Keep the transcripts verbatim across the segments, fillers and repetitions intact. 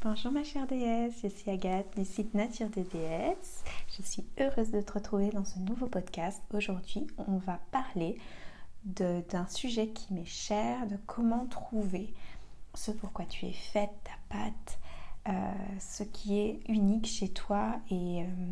Bonjour ma chère déesse, je suis Agathe du site Nature des déesses. Je suis heureuse de te retrouver dans ce nouveau podcast. Aujourd'hui, on va parler de, d'un sujet qui m'est cher, de comment trouver ce pourquoi tu es faite, ta patte, euh, ce qui est unique chez toi et, euh,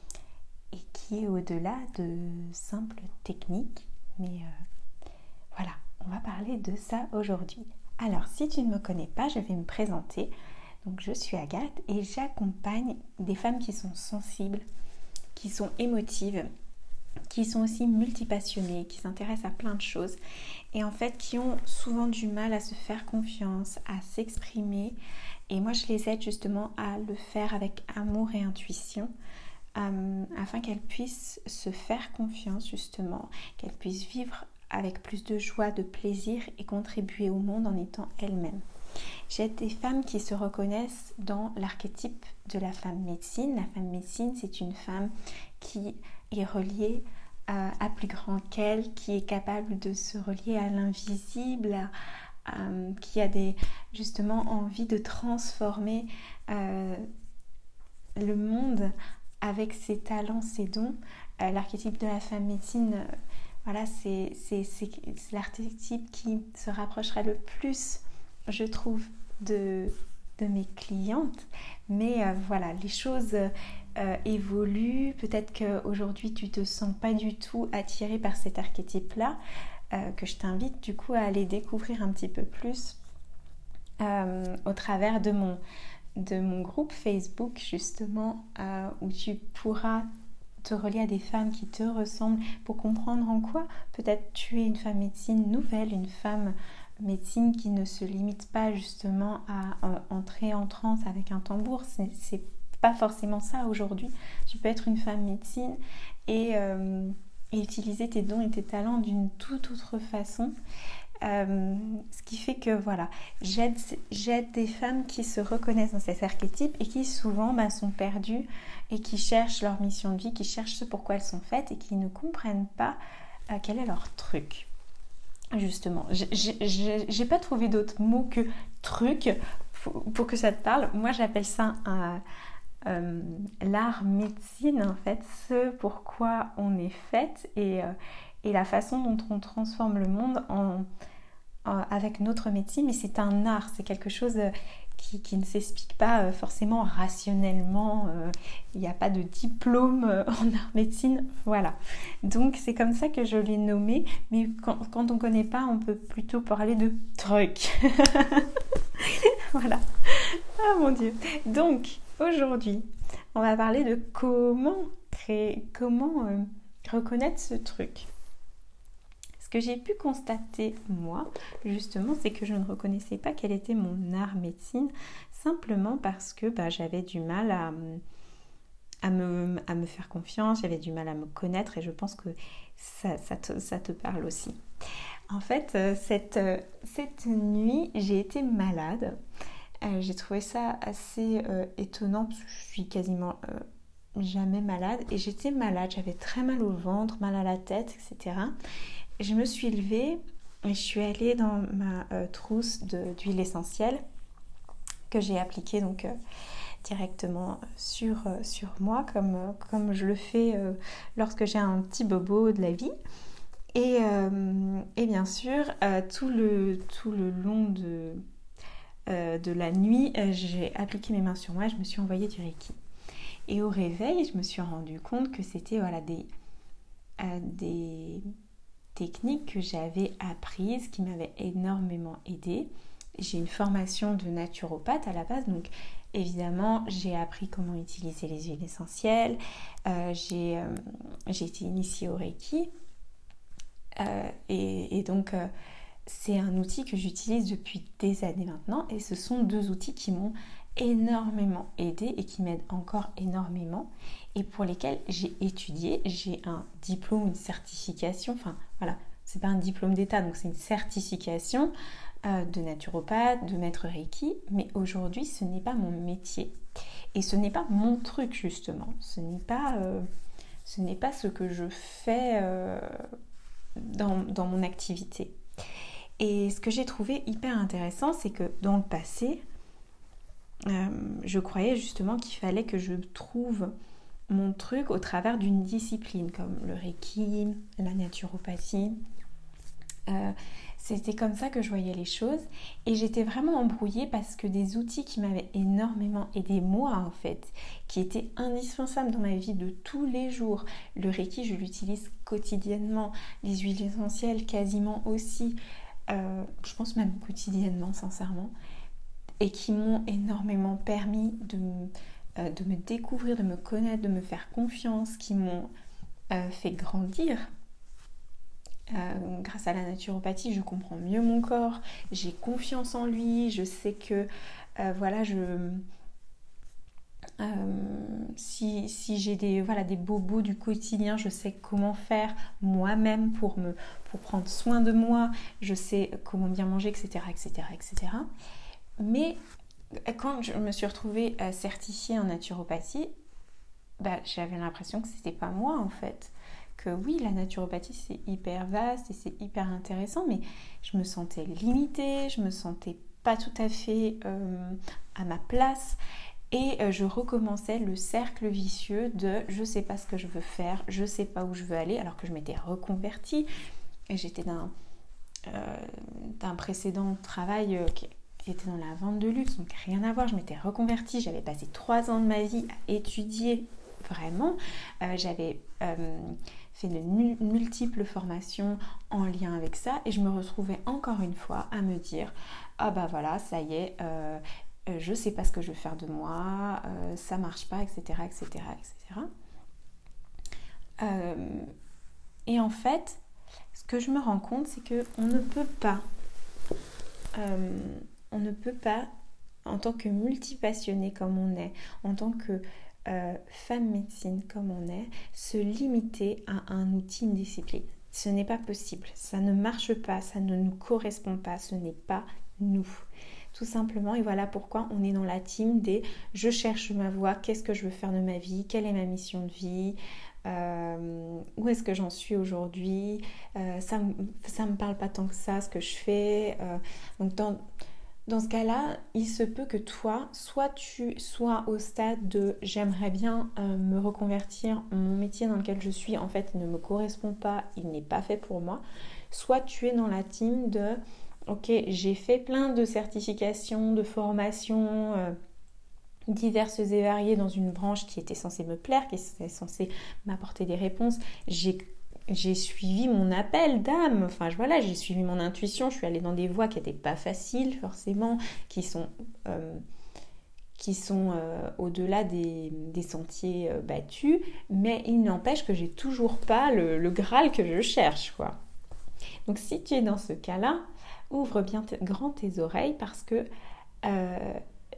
et qui est au-delà de simples techniques. Mais euh, voilà, on va parler de ça aujourd'hui. Alors, si tu ne me connais pas, je vais me présenter. Donc, je suis Agathe et j'accompagne des femmes qui sont sensibles, qui sont émotives, qui sont aussi multipassionnées, qui s'intéressent à plein de choses et en fait qui ont souvent du mal à se faire confiance, à s'exprimer. Et moi, je les aide justement à le faire avec amour et intuition euh, afin qu'elles puissent se faire confiance justement, qu'elles puissent vivre avec plus de joie, de plaisir et contribuer au monde en étant elles-mêmes. J'aide des femmes qui se reconnaissent dans l'archétype de la femme médecine. La femme médecine, c'est une femme qui est reliée à, à plus grand qu'elle, qui est capable de se relier à l'invisible, à, à, qui a des, justement envie de transformer euh, le monde avec ses talents, ses dons. Euh, l'archétype de la femme médecine, euh, voilà, c'est, c'est, c'est, c'est l'archétype qui se rapprochera le plus, je trouve, de, de mes clientes. Mais euh, voilà, les choses euh, évoluent. Peut-être qu'aujourd'hui, tu ne te sens pas du tout attirée par cet archétype-là, euh, que je t'invite du coup à aller découvrir un petit peu plus euh, au travers de mon, de mon groupe Facebook, justement, euh, où tu pourras te relier à des femmes qui te ressemblent pour comprendre en quoi peut-être tu es une femme médecine nouvelle, une femme médecine qui ne se limite pas justement à euh, entrer en transe avec un tambour. C'est, c'est pas forcément ça aujourd'hui. Tu peux être une femme médecine et, euh, et utiliser tes dons et tes talents d'une toute autre façon. Euh, ce qui fait que voilà, j'aide, j'aide des femmes qui se reconnaissent dans cet archétype et qui souvent bah, sont perdues et qui cherchent leur mission de vie, qui cherchent ce pourquoi elles sont faites et qui ne comprennent pas euh, quel est leur truc. Justement, j'ai, j'ai, j'ai pas trouvé d'autres mots que truc pour, pour que ça te parle. Moi, j'appelle ça un, euh, l'art médecine, en fait, ce pourquoi on est faite et, euh, et la façon dont on transforme le monde en, en, avec notre médecine. Mais c'est un art, c'est quelque chose qui, qui ne s'explique pas forcément rationnellement. Il n'y a pas de diplôme en art médecine, voilà. Donc c'est comme ça que je l'ai nommé, mais quand, quand on ne connaît pas, on peut plutôt parler de truc. Voilà. Ah mon Dieu. Donc aujourd'hui, on va parler de comment créer, comment euh, reconnaître ce truc. Ce que j'ai pu constater, moi, justement, c'est que je ne reconnaissais pas quel était mon art médecine, simplement parce que bah, j'avais du mal à, à, me, à me faire confiance, j'avais du mal à me connaître et je pense que ça, ça, te, ça te parle aussi. En fait, cette, cette nuit, j'ai été malade. Euh, j'ai trouvé ça assez euh, étonnant parce que je suis quasiment euh, jamais malade et j'étais malade, j'avais très mal au ventre, mal à la tête, et cetera. Je me suis levée et je suis allée dans ma euh, trousse de, d'huile essentielle que j'ai appliquée donc euh, directement sur, euh, sur moi comme, euh, comme je le fais euh, lorsque j'ai un petit bobo de la vie. Et, euh, et bien sûr, euh, tout, le, tout le long de, euh, de la nuit, euh, j'ai appliqué mes mains sur moi et je me suis envoyée du Reiki. Et au réveil, je me suis rendu compte que c'était voilà, des... Euh, des techniques que j'avais apprises qui m'avaient énormément aidée. J'ai une formation de naturopathe à la base, donc évidemment j'ai appris comment utiliser les huiles essentielles, euh, j'ai, euh, j'ai été initiée au Reiki euh, et, et donc euh, c'est un outil que j'utilise depuis des années maintenant et ce sont deux outils qui m'ont énormément aidée et qui m'aident encore énormément et pour lesquels j'ai étudié, j'ai un diplôme, une certification, enfin voilà, c'est pas un diplôme d'état donc c'est une certification euh, de naturopathe, de maître Reiki, mais aujourd'hui ce n'est pas mon métier et ce n'est pas mon truc justement, ce n'est pas, euh, ce n'est pas ce que je fais euh, dans, dans mon activité. Et ce que j'ai trouvé hyper intéressant, c'est que dans le passé, euh, je croyais justement qu'il fallait que je trouve mon truc au travers d'une discipline comme le Reiki, la naturopathie. Euh, c'était comme ça que je voyais les choses et j'étais vraiment embrouillée parce que des outils qui m'avaient énormément aidé moi en fait, qui étaient indispensables dans ma vie de tous les jours. Le Reiki, je l'utilise quotidiennement, les huiles essentielles quasiment aussi, euh, je pense même quotidiennement sincèrement, et qui m'ont énormément permis de me, euh, de me découvrir, de me connaître, de me faire confiance, qui m'ont euh, fait grandir. Euh, grâce à la naturopathie, je comprends mieux mon corps, j'ai confiance en lui, je sais que euh, voilà, je, euh, si, si j'ai des, voilà, des bobos du quotidien, je sais comment faire moi-même pour, me, pour prendre soin de moi, je sais comment bien manger, et cetera, et cetera, et cetera. Mais quand je me suis retrouvée euh, certifiée en naturopathie, bah, j'avais l'impression que c'était pas moi en fait. Que oui, la naturopathie c'est hyper vaste et c'est hyper intéressant, mais je me sentais limitée, je me sentais pas tout à fait euh, à ma place et euh, je recommençais le cercle vicieux de je sais pas ce que je veux faire, je sais pas où je veux aller, alors que je m'étais reconvertie et j'étais d'un, euh, d'un précédent travail euh, qui était dans la vente de luxe, donc rien à voir, je m'étais reconvertie, j'avais passé trois ans de ma vie à étudier vraiment, euh, j'avais euh, fait de multiples formations en lien avec ça et je me retrouvais encore une fois à me dire ah bah voilà, ça y est, euh, je sais pas ce que je veux faire de moi, euh, ça marche pas, etc, etc, et cetera. Euh, et en fait, ce que je me rends compte, c'est que on ne peut pas euh, on ne peut pas, en tant que multipassionné comme on est, en tant que euh, femme médecine comme on est, se limiter à un outil, une discipline. Ce n'est pas possible, ça ne marche pas, ça ne nous correspond pas, ce n'est pas nous. Tout simplement, et voilà pourquoi on est dans la team des « je cherche ma voie, qu'est-ce que je veux faire de ma vie, quelle est ma mission de vie ?» Euh, où est-ce que j'en suis aujourd'hui, euh, ça ne me parle pas tant que ça ce que je fais, euh, donc dans, dans ce cas-là il se peut que toi soit tu sois au stade de j'aimerais bien euh, me reconvertir, mon métier dans lequel je suis en fait ne me correspond pas, il n'est pas fait pour moi, soit tu es dans la team de ok, j'ai fait plein de certifications, de formations euh, diverses et variées dans une branche qui était censée me plaire, qui était censée m'apporter des réponses. J'ai, j'ai suivi mon appel d'âme, enfin voilà, j'ai suivi mon intuition, je suis allée dans des voies qui n'étaient pas faciles forcément, qui sont, euh, qui sont euh, au-delà des, des sentiers euh, battus, mais il n'empêche que j'ai toujours pas le, le Graal que je cherche, quoi. Donc si tu es dans ce cas-là, ouvre bien t- grand tes oreilles parce que euh,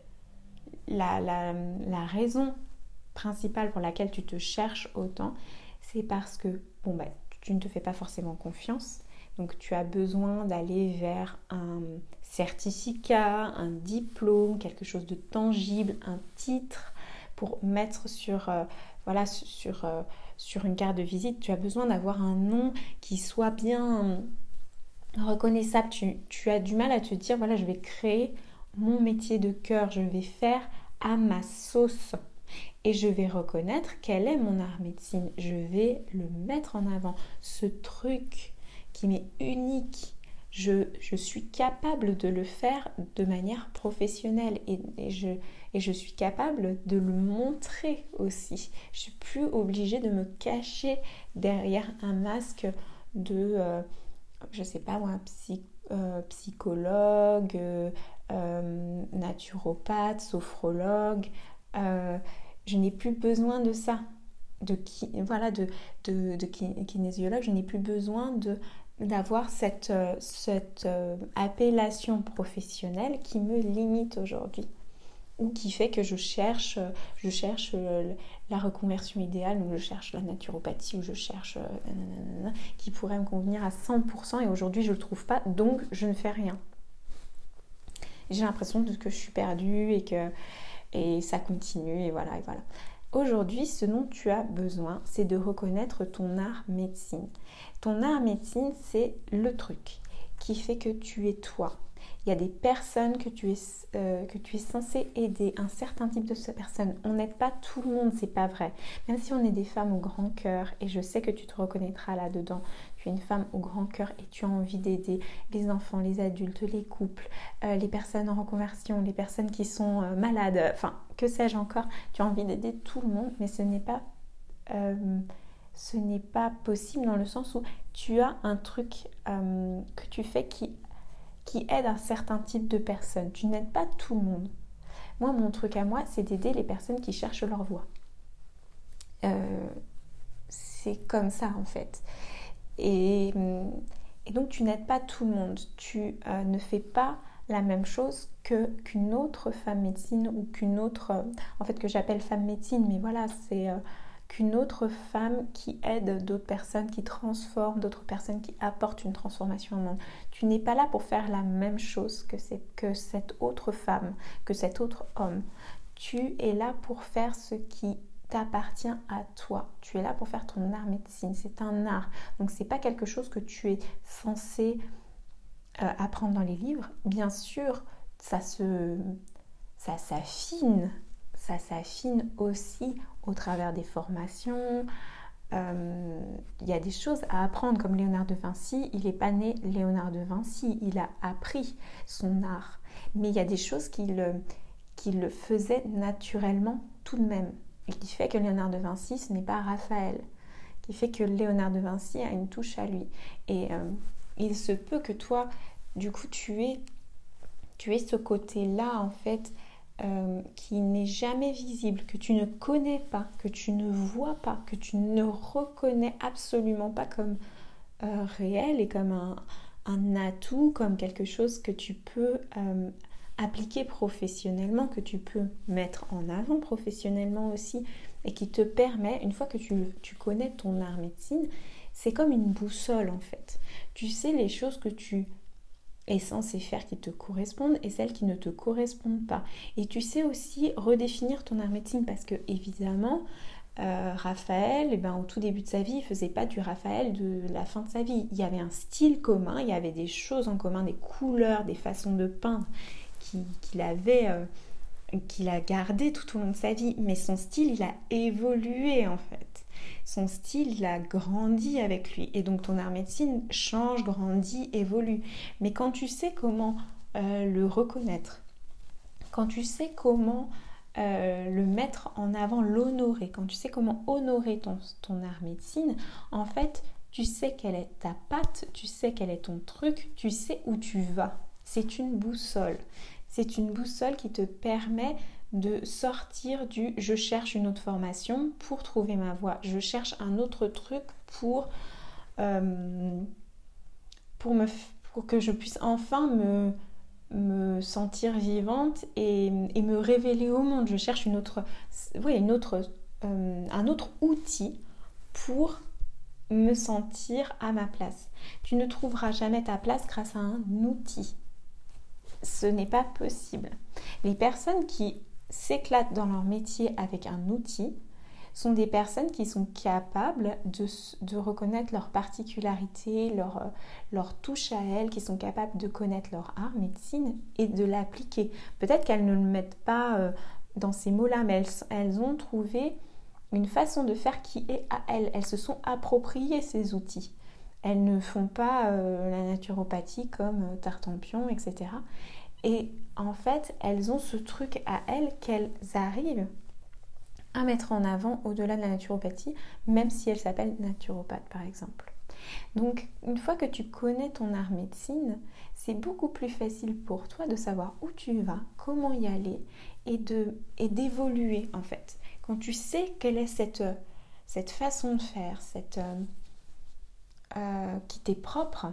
La, la, la raison principale pour laquelle tu te cherches autant, c'est parce que bon, bah, tu ne te fais pas forcément confiance. Donc tu as besoin d'aller vers un certificat, un diplôme, quelque chose de tangible, un titre pour mettre sur, euh, voilà, sur, euh, sur une carte de visite. Tu as besoin d'avoir un nom qui soit bien reconnaissable. Tu, tu as du mal à te dire, voilà, je vais créer mon métier de cœur, je vais faire à ma sauce et je vais reconnaître quel est mon art médecine, je vais le mettre en avant, ce truc qui m'est unique, je, je suis capable de le faire de manière professionnelle et, et, je, et je suis capable de le montrer aussi, je suis plus obligée de me cacher derrière un masque de euh, je sais pas moi, psy, euh, psychologue, euh, euh, naturopathe, sophrologue, euh, je n'ai plus besoin de ça, de, qui, voilà, de, de, de kinésiologue, je n'ai plus besoin de, d'avoir cette, euh, cette euh, appellation professionnelle qui me limite aujourd'hui ou qui fait que je cherche, je cherche la reconversion idéale, ou je cherche la naturopathie, ou je cherche nanana, qui pourrait me convenir à cent pour cent et aujourd'hui je ne le trouve pas, donc je ne fais rien. J'ai l'impression que je suis perdue et que et ça continue et voilà et voilà. Aujourd'hui, ce dont tu as besoin, c'est de reconnaître ton art médecine. Ton art médecine, c'est le truc qui fait que tu es toi. Il y a des personnes que tu es, euh, que tu es censé aider, un certain type de personnes. On n'aide pas tout le monde, c'est pas vrai. Même si on est des femmes au grand cœur, et je sais que tu te reconnaîtras là-dedans, tu es une femme au grand cœur et tu as envie d'aider les enfants, les adultes, les couples, euh, les personnes en reconversion, les personnes qui sont euh, malades, enfin, que sais-je encore. Tu as envie d'aider tout le monde, mais ce n'est pas... Euh, ce n'est pas possible dans le sens où tu as un truc euh, que tu fais qui, qui aide un certain type de personnes. Tu n'aides pas tout le monde. Moi, mon truc à moi, c'est d'aider les personnes qui cherchent leur voie. Euh, c'est comme ça, en fait. Et, et donc, tu n'aides pas tout le monde. Tu euh, ne fais pas la même chose que, qu'une autre femme médecine ou qu'une autre... Euh, en fait, que j'appelle femme médecine, mais voilà, c'est... Euh, qu'une autre femme qui aide d'autres personnes, qui transforme d'autres personnes, qui apporte une transformation au monde. Tu n'es pas là pour faire la même chose que, c'est, que cette autre femme, que cet autre homme. Tu es là pour faire ce qui t'appartient à toi. Tu es là pour faire ton art médecine. C'est un art. Donc, ce n'est pas quelque chose que tu es censé euh, apprendre dans les livres. Bien sûr, ça se, ça s'affine. Ça s'affine aussi au travers des formations. Euh, il y a des choses à apprendre, comme Léonard de Vinci. Il n'est pas né Léonard de Vinci, il a appris son art. Mais il y a des choses qu'il, qu'il le faisait naturellement tout de même. Et qui fait que Léonard de Vinci, ce n'est pas Raphaël. Qui fait que Léonard de Vinci a une touche à lui. Et euh, il se peut que toi, du coup, tu aies, tu aies ce côté-là, en fait, Euh, qui n'est jamais visible, que tu ne connais pas, que tu ne vois pas, que tu ne reconnais absolument pas comme euh, réel et comme un, un atout, comme quelque chose que tu peux euh, appliquer professionnellement, que tu peux mettre en avant professionnellement aussi et qui te permet, une fois que tu, tu connais ton art médecine, c'est comme une boussole en fait. Tu sais les choses que tu est censé faire qui te correspondent et celles qui ne te correspondent pas. Et tu sais aussi redéfinir ton art médecine parce que évidemment, euh, Raphaël, eh ben, au tout début de sa vie, il ne faisait pas du Raphaël de la fin de sa vie. Il y avait un style commun, il y avait des choses en commun, des couleurs, des façons de peindre qu'il, qu'il avait, euh, qu'il a gardé tout au long de sa vie. Mais son style, il a évolué en fait. Son style, il a grandi avec lui. Et donc, ton art médecine change, grandit, évolue. Mais quand tu sais comment euh, le reconnaître, quand tu sais comment euh, le mettre en avant, l'honorer, quand tu sais comment honorer ton, ton art médecine, en fait, tu sais quelle est ta patte, tu sais quel est ton truc, tu sais où tu vas. C'est une boussole. C'est une boussole qui te permet de sortir du « je cherche une autre formation pour trouver ma voie », je cherche un autre truc pour, euh, pour, me, pour que je puisse enfin me, me sentir vivante et, et me révéler au monde. Je cherche une autre, oui, une autre, euh, un autre outil pour me sentir à ma place. Tu ne trouveras jamais ta place grâce à un outil. Ce n'est pas possible. Les personnes qui s'éclatent dans leur métier avec un outil sont des personnes qui sont capables de, de reconnaître leurs particularités, leur, leur touche à elles, qui sont capables de connaître leur art médecine et de l'appliquer. Peut-être qu'elles ne le mettent pas euh, dans ces mots-là, mais elles, elles ont trouvé une façon de faire qui est à elles. Elles se sont appropriées ces outils. Elles ne font pas euh, la naturopathie comme euh, Tartampion, et cetera. Et en fait, elles ont ce truc à elles qu'elles arrivent à mettre en avant au-delà de la naturopathie, même si elles s'appellent naturopathes par exemple. Donc, une fois que tu connais ton art médecine, c'est beaucoup plus facile pour toi de savoir où tu vas, comment y aller et, de, et d'évoluer en fait. Quand tu sais quelle est cette, cette façon de faire, cette, euh, euh, qui t'est propre,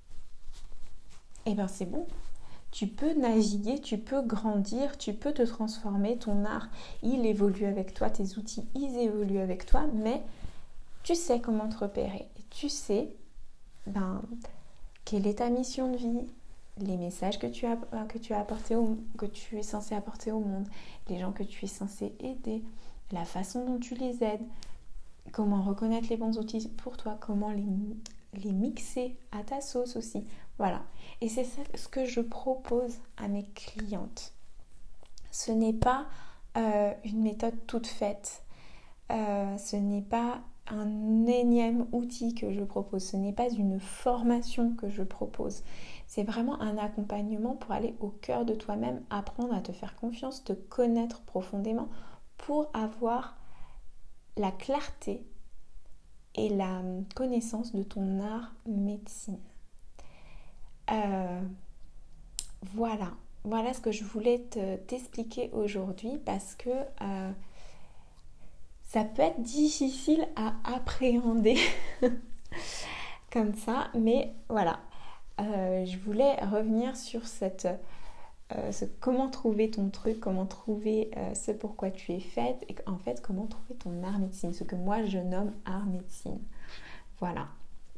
et bien c'est bon. Tu peux naviguer, tu peux grandir, tu peux te transformer, ton art, il évolue avec toi, tes outils, ils évoluent avec toi, mais tu sais comment te repérer. Et tu sais ben, quelle est ta mission de vie, les messages que tu as, que tu as apportés au, que tu es censé apporter au monde, les gens que tu es censé aider, la façon dont tu les aides, comment reconnaître les bons outils pour toi, comment les, les mixer à ta sauce aussi. Voilà. Et c'est ça ce que je propose à mes clientes. Ce n'est pas euh, une méthode toute faite. Euh, ce n'est pas un énième outil que je propose. Ce n'est pas une formation que je propose. C'est vraiment un accompagnement pour aller au cœur de toi-même, apprendre à te faire confiance, te connaître profondément pour avoir la clarté et la connaissance de ton art médecine. Euh, voilà, voilà ce que je voulais te, t'expliquer aujourd'hui parce que euh, ça peut être difficile à appréhender comme ça, mais voilà, euh, je voulais revenir sur cette, euh, ce, comment trouver ton truc, comment trouver euh, ce pourquoi tu es faite et en fait comment trouver ton art médecine, ce que moi je nomme art médecine. Voilà.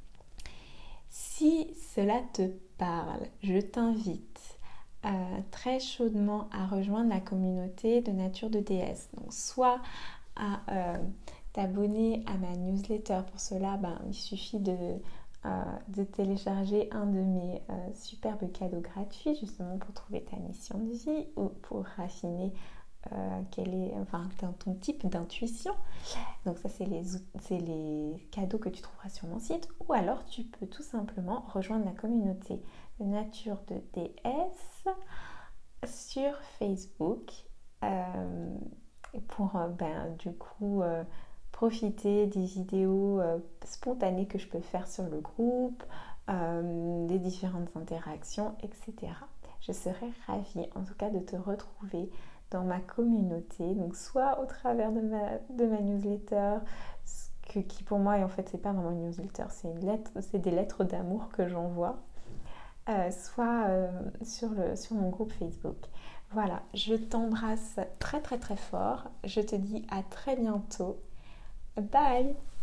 Si cela te parle, je t'invite euh, très chaudement à rejoindre la communauté de Nature de Déesse. Donc soit à euh, t'abonner à ma newsletter. Pour cela, ben, il suffit de, euh, de télécharger un de mes euh, superbes cadeaux gratuits justement pour trouver ta mission de vie ou pour raffiner euh, quel est, enfin, ton type d'intuition. Donc ça, c'est les, c'est les cadeaux que tu trouveras sur mon site. Ou alors, tu peux tout simplement rejoindre la communauté de Nature de Déesse sur Facebook. Euh, pour euh, ben, du coup euh, profiter des vidéos euh, spontanées que je peux faire sur le groupe, euh, des différentes interactions, et cetera. Je serais ravie en tout cas de te retrouver dans ma communauté, donc soit au travers de ma, de ma newsletter, que, qui pour moi, et en fait c'est pas vraiment une newsletter, c'est, une lettre, c'est des lettres d'amour que j'envoie, euh, soit euh, sur, le, sur mon groupe Facebook. Voilà, je t'embrasse très très très fort. Je te dis à très bientôt. Bye!